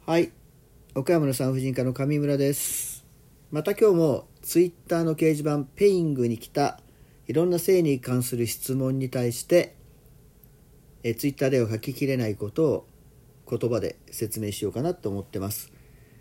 はい、岡山の産婦人科の上村です。また今日もツイッターの掲示板ペイングに来たいろんな性に関する質問に対してツイッターでは書ききれないことを言葉で説明しようかなと思ってます。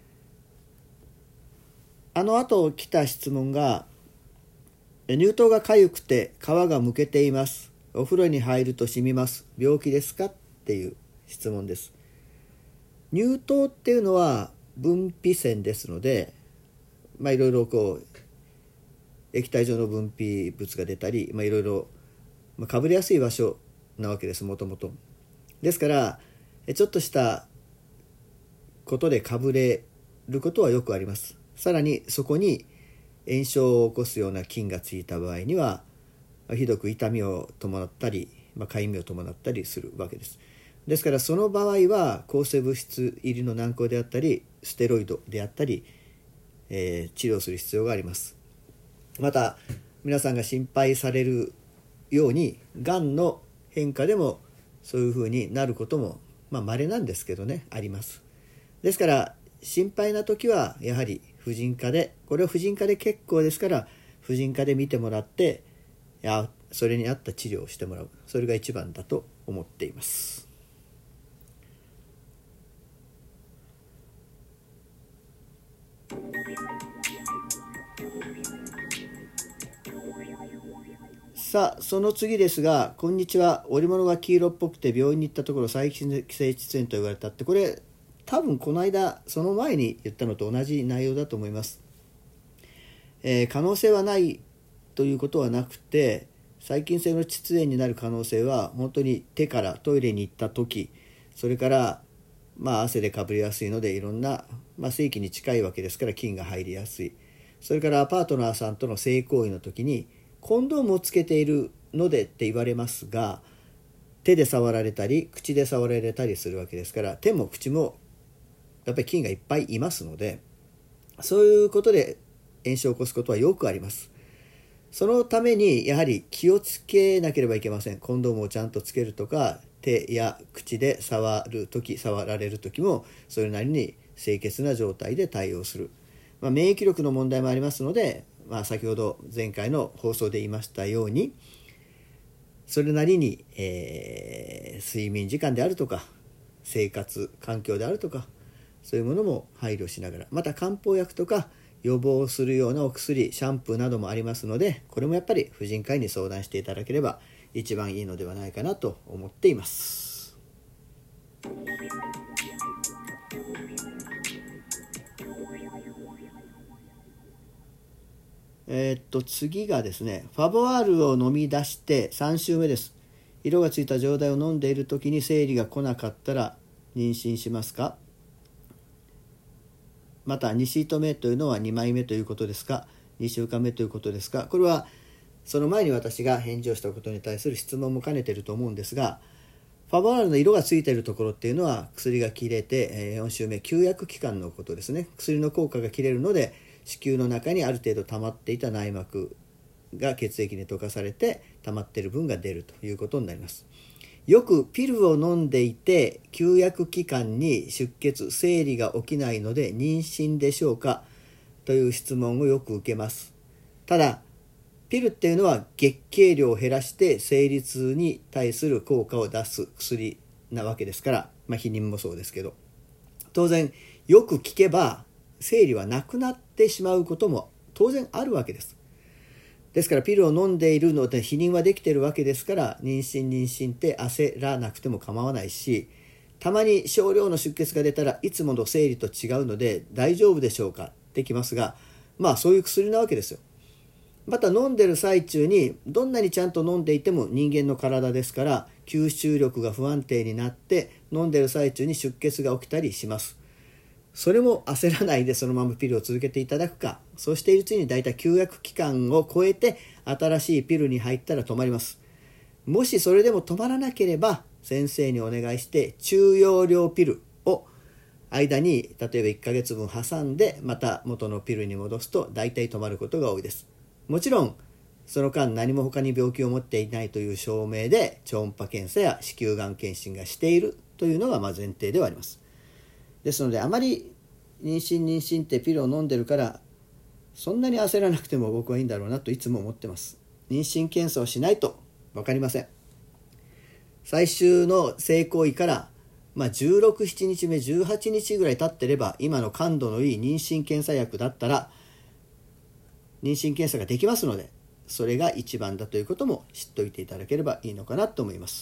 後来た質問が、乳頭が痒くて皮がむけています、お風呂に入ると染みます、病気ですかっていう質問です。乳頭っていうのは分泌腺ですので、いろいろ液体状の分泌物が出たり、いろいろかぶれやすい場所なわけです。もともとですからちょっとしたことでかぶれることはよくあります。さらにそこに炎症を起こすような菌がついた場合にはひどく痛みを伴ったり、かゆみを伴ったりするわけです。ですからその場合は抗生物質入りの軟膏であったりステロイドであったり、治療する必要があります。また皆さんが心配されるようにがんの変化でもそういうふうになることも稀なんですけどね、あります。ですから心配な時はやはり婦人科で、これは婦人科で結構ですから婦人科で見てもらって、それに合った治療をしてもらう、それが一番だと思っています。さあその次ですが、こんにちは、織物が黄色っぽくて病院に行ったところ細菌性窒炎と言われたって、これ多分この間その前に言ったのと同じ内容だと思います。可能性はないということはなくて、細菌性の窒炎になる可能性は本当に手からトイレに行った時、それから汗でかぶりやすいのでいろんな、性器に近いわけですから菌が入りやすい。それからパートナーさんとの性行為の時にコンドームをつけているのでって言われますが、手で触られたり口で触られたりするわけですから、手も口もやっぱり菌がいっぱいいますので、そういうことで炎症を起こすことはよくあります。そのためにやはり気をつけなければいけません。コンドームをちゃんとつけるとか、手や口で触るとき、触られるときもそれなりに清潔な状態で対応する。免疫力の問題もありますので、先ほど前回の放送で言いましたように、それなりに、睡眠時間であるとか生活環境であるとか、そういうものも配慮しながら、また漢方薬とか予防するようなお薬、シャンプーなどもありますので、これもやっぱり婦人科医に相談していただければ一番いいのではないかなと思っています。次がですね、ファボアールを飲み出して3週目です。色がついた錠剤を飲んでいる時に生理が来なかったら妊娠しますか？また2シート目というのは2枚目ということですか、2週間目ということですか？これはその前に私が返事をしたことに対する質問も兼ねていると思うんですが、ファボアールの色がついているところっていうのは薬が切れて4週目休薬期間のことですね。薬の効果が切れるので子宮の中にある程度溜まっていた内膜が血液に溶かされて溜まっている分が出るということになります。よくピルを飲んでいて休薬期間に出血、生理が起きないので妊娠でしょうかという質問をよく受けます。ただピルっていうのは月経量を減らして生理痛に対する効果を出す薬なわけですから、避妊もそうですけど、当然よく聞けば生理はなくなってしまうことも当然あるわけです。ですからピルを飲んでいるので避妊はできているわけですから、妊娠って焦らなくても構わないし、たまに少量の出血が出たらいつもの生理と違うので大丈夫でしょうかってきますが、そういう薬なわけですよ。また飲んでる最中にどんなにちゃんと飲んでいても人間の体ですから吸収力が不安定になって飲んでる最中に出血が起きたりします。それも焦らないでそのままピルを続けていただくか、そうしているうちにだいたい休薬期間を超えて新しいピルに入ったら止まります。もしそれでも止まらなければ先生にお願いして中容量ピルを間に例えば1ヶ月分挟んでまた元のピルに戻すとだいたい止まることが多いです。もちろんその間何も他に病気を持っていないという証明で超音波検査や子宮がん検診がしているというのが前提ではあります。 ですのであまり妊娠ってピルを飲んでるからそんなに焦らなくても僕はいいんだろうなといつも思ってます。妊娠検査をしないと分かりません。最終の性行為から16、7日目、18日ぐらい経ってれば今の感度のいい妊娠検査薬だったら妊娠検査ができますので、それが一番だということも知っておいていただければいいのかなと思います。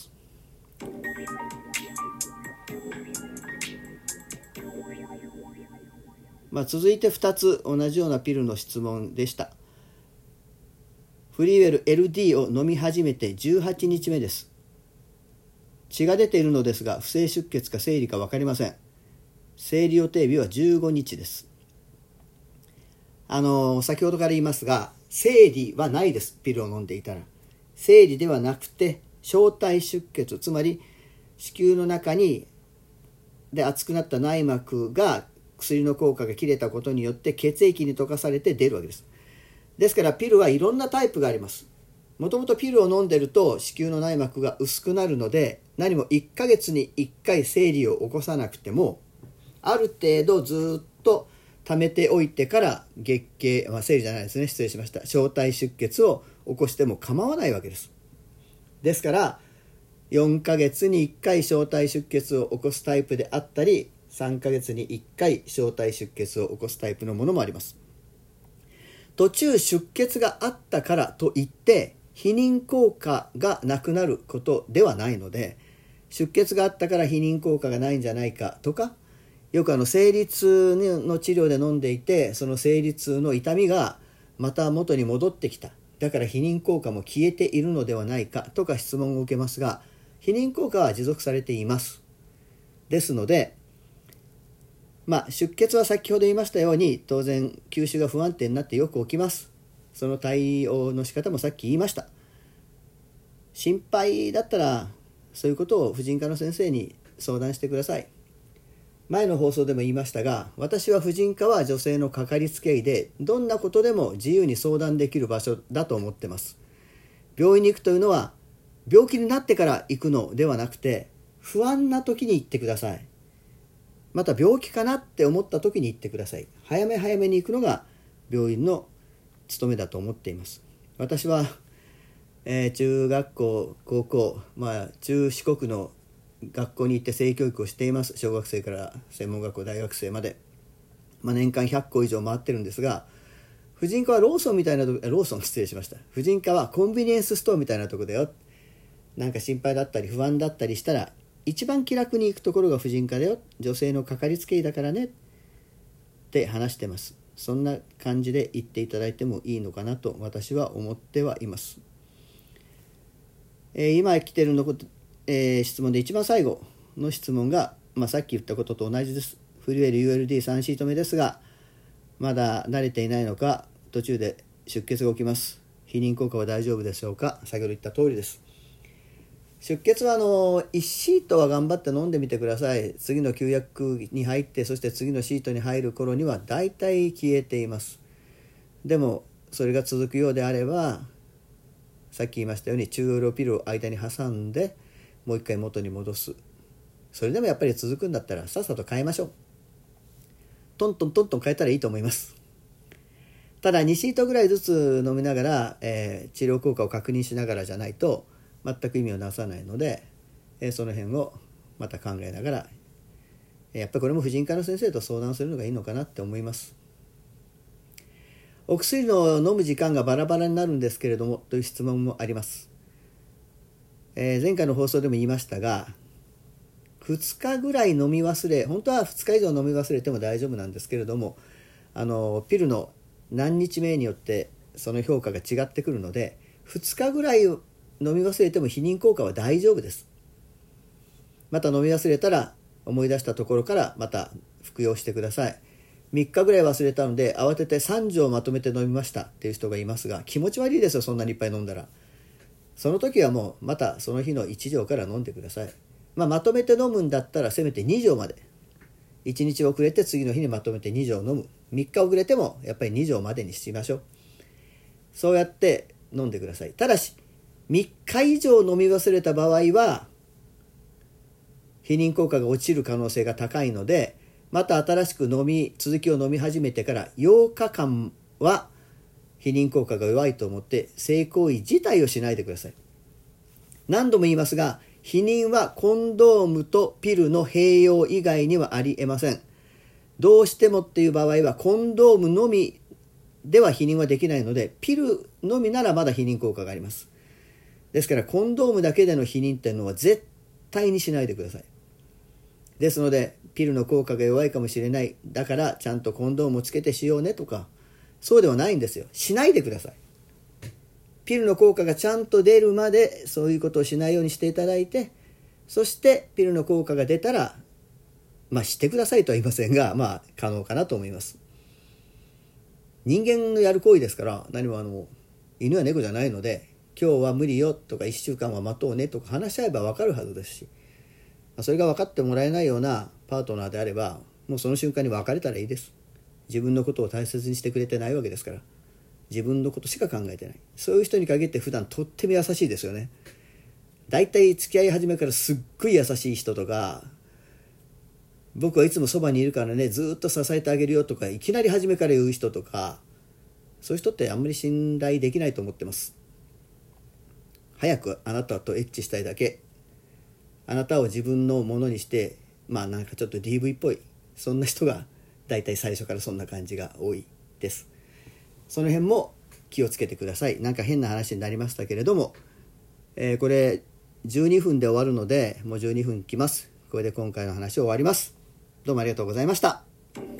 続いて2つ同じようなピルの質問でした。フリーウェル LD を飲み始めて18日目です。血が出ているのですが不正出血か生理か分かりません。生理予定日は15日です。先ほどから言いますが、生理はないです。ピルを飲んでいたら生理ではなくて小体出血、つまり子宮の中にで厚くなった内膜が薬の効果が切れたことによって血液に溶かされて出るわけです。ですからピルはいろんなタイプがあります。もともとピルを飲んでると子宮の内膜が薄くなるので、何も1ヶ月に1回生理を起こさなくてもある程度ずっと溜めておいてから月経、生理じゃないですね、失礼しました、小体出血を起こしても構わないわけです。ですから4ヶ月に1回小体出血を起こすタイプであったり、3ヶ月に1回小体出血を起こすタイプのものもあります。途中出血があったからといって避妊効果がなくなることではないので、出血があったから避妊効果がないんじゃないかとか、よく生理痛の治療で飲んでいてその生理痛の痛みがまた元に戻ってきた、だから避妊効果も消えているのではないかとか質問を受けますが、避妊効果は持続されています。ですので出血は先ほど言いましたように当然吸収が不安定になってよく起きます。その対応の仕方もさっき言いました。心配だったらそういうことを婦人科の先生に相談してください。前の放送でも言いましたが、私は婦人科は女性のかかりつけ医でどんなことでも自由に相談できる場所だと思ってます。病院に行くというのは病気になってから行くのではなくて、不安な時に行ってください。また病気かなって思った時に行ってください。早め早めに行くのが病院の務めだと思っています。私は、中学校、高校、中四国の学校に行って性教育をしています。小学生から専門学校、大学生まで、年間100校以上回ってるんですが、婦人科はローソンみたいなとこ、ローソン失礼しました。婦人科はコンビニエンスストアみたいなとこだよ。なんか心配だったり不安だったりしたら一番気楽に行くところが婦人科だよ、女性のかかりつけ医だからねって話してます。そんな感じで言っていただいてもいいのかなと私は思ってはいます。今来てるのこと、質問で一番最後の質問が、さっき言ったことと同じです。フリュエル ULD3 シート目ですが、まだ慣れていないのか途中で出血が起きます。避妊効果は大丈夫でしょうか。先ほど言った通りです。出血は1シートは頑張って飲んでみてください。次の休薬に入ってそして次のシートに入る頃にはだいたい消えています。でもそれが続くようであれば、さっき言いましたように中容量ピルを間に挟んでもう一回元に戻す。それでもやっぱり続くんだったらさっさと変えましょう。トントントントン変えたらいいと思います。ただ2シートぐらいずつ飲みながら、治療効果を確認しながらじゃないと全く意味をなさないので、その辺をまた考えながら、やっぱりこれも婦人科の先生と相談するのがいいのかなって思います。お薬の飲む時間がバラバラになるんですけれどもという質問もあります。前回の放送でも言いましたが、2日ぐらい飲み忘れ、本当は2日以上飲み忘れても大丈夫なんですけれども、ピルの何日目によってその評価が違ってくるので、2日ぐらい飲み忘れても避妊効果は大丈夫です。また飲み忘れたら思い出したところからまた服用してください。3日ぐらい忘れたので慌てて3錠まとめて飲みましたっていう人がいますが、気持ち悪いですよ、そんなにいっぱい飲んだら。その時はもうまたその日の1錠から飲んでください。まとめて飲むんだったらせめて2錠まで、1日遅れて次の日にまとめて2錠飲む。3日遅れてもやっぱり2錠までにしましょう。そうやって飲んでください。ただし3日以上飲み忘れた場合は避妊効果が落ちる可能性が高いので、 また新しく続きを飲み始めてから8日間は避妊効果が弱いと思って性行為自体をしないでください。何度も言いますが、避妊はコンドームとピルの併用以外にはありえません。どうしてもっていう場合はコンドームのみでは避妊はできないので、ピルのみならまだ避妊効果があります。ですからコンドームだけでの避妊っていうのは絶対にしないでください。ですのでピルの効果が弱いかもしれない、だからちゃんとコンドームをつけてしようねとか、そうではないんですよ。しないでください。ピルの効果がちゃんと出るまでそういうことをしないようにしていただいて、そしてピルの効果が出たらしてくださいとは言いませんが、可能かなと思います。人間のやる行為ですから、何も犬や猫じゃないので、今日は無理よとか1週間は待とうねとか話し合えば分かるはずですし、それが分かってもらえないようなパートナーであれば、もうその瞬間に別れたらいいです。自分のことを大切にしてくれてないわけですから、自分のことしか考えてない。そういう人に限って普段とっても優しいですよね。だいたい付き合い始めからすっごい優しい人とか、僕はいつもそばにいるからね、ずっと支えてあげるよとかいきなり初めから言う人とか、そういう人ってあんまり信頼できないと思ってます。早くあなたとエッチしたいだけ、あなたを自分のものにして、なんかちょっと DV っぽい、そんな人がだいたい最初からそんな感じが多いです。その辺も気をつけてください。なんか変な話になりましたけれども、これ12分で終わるので、もう12分来ます。これで今回の話を終わります。どうもありがとうございました。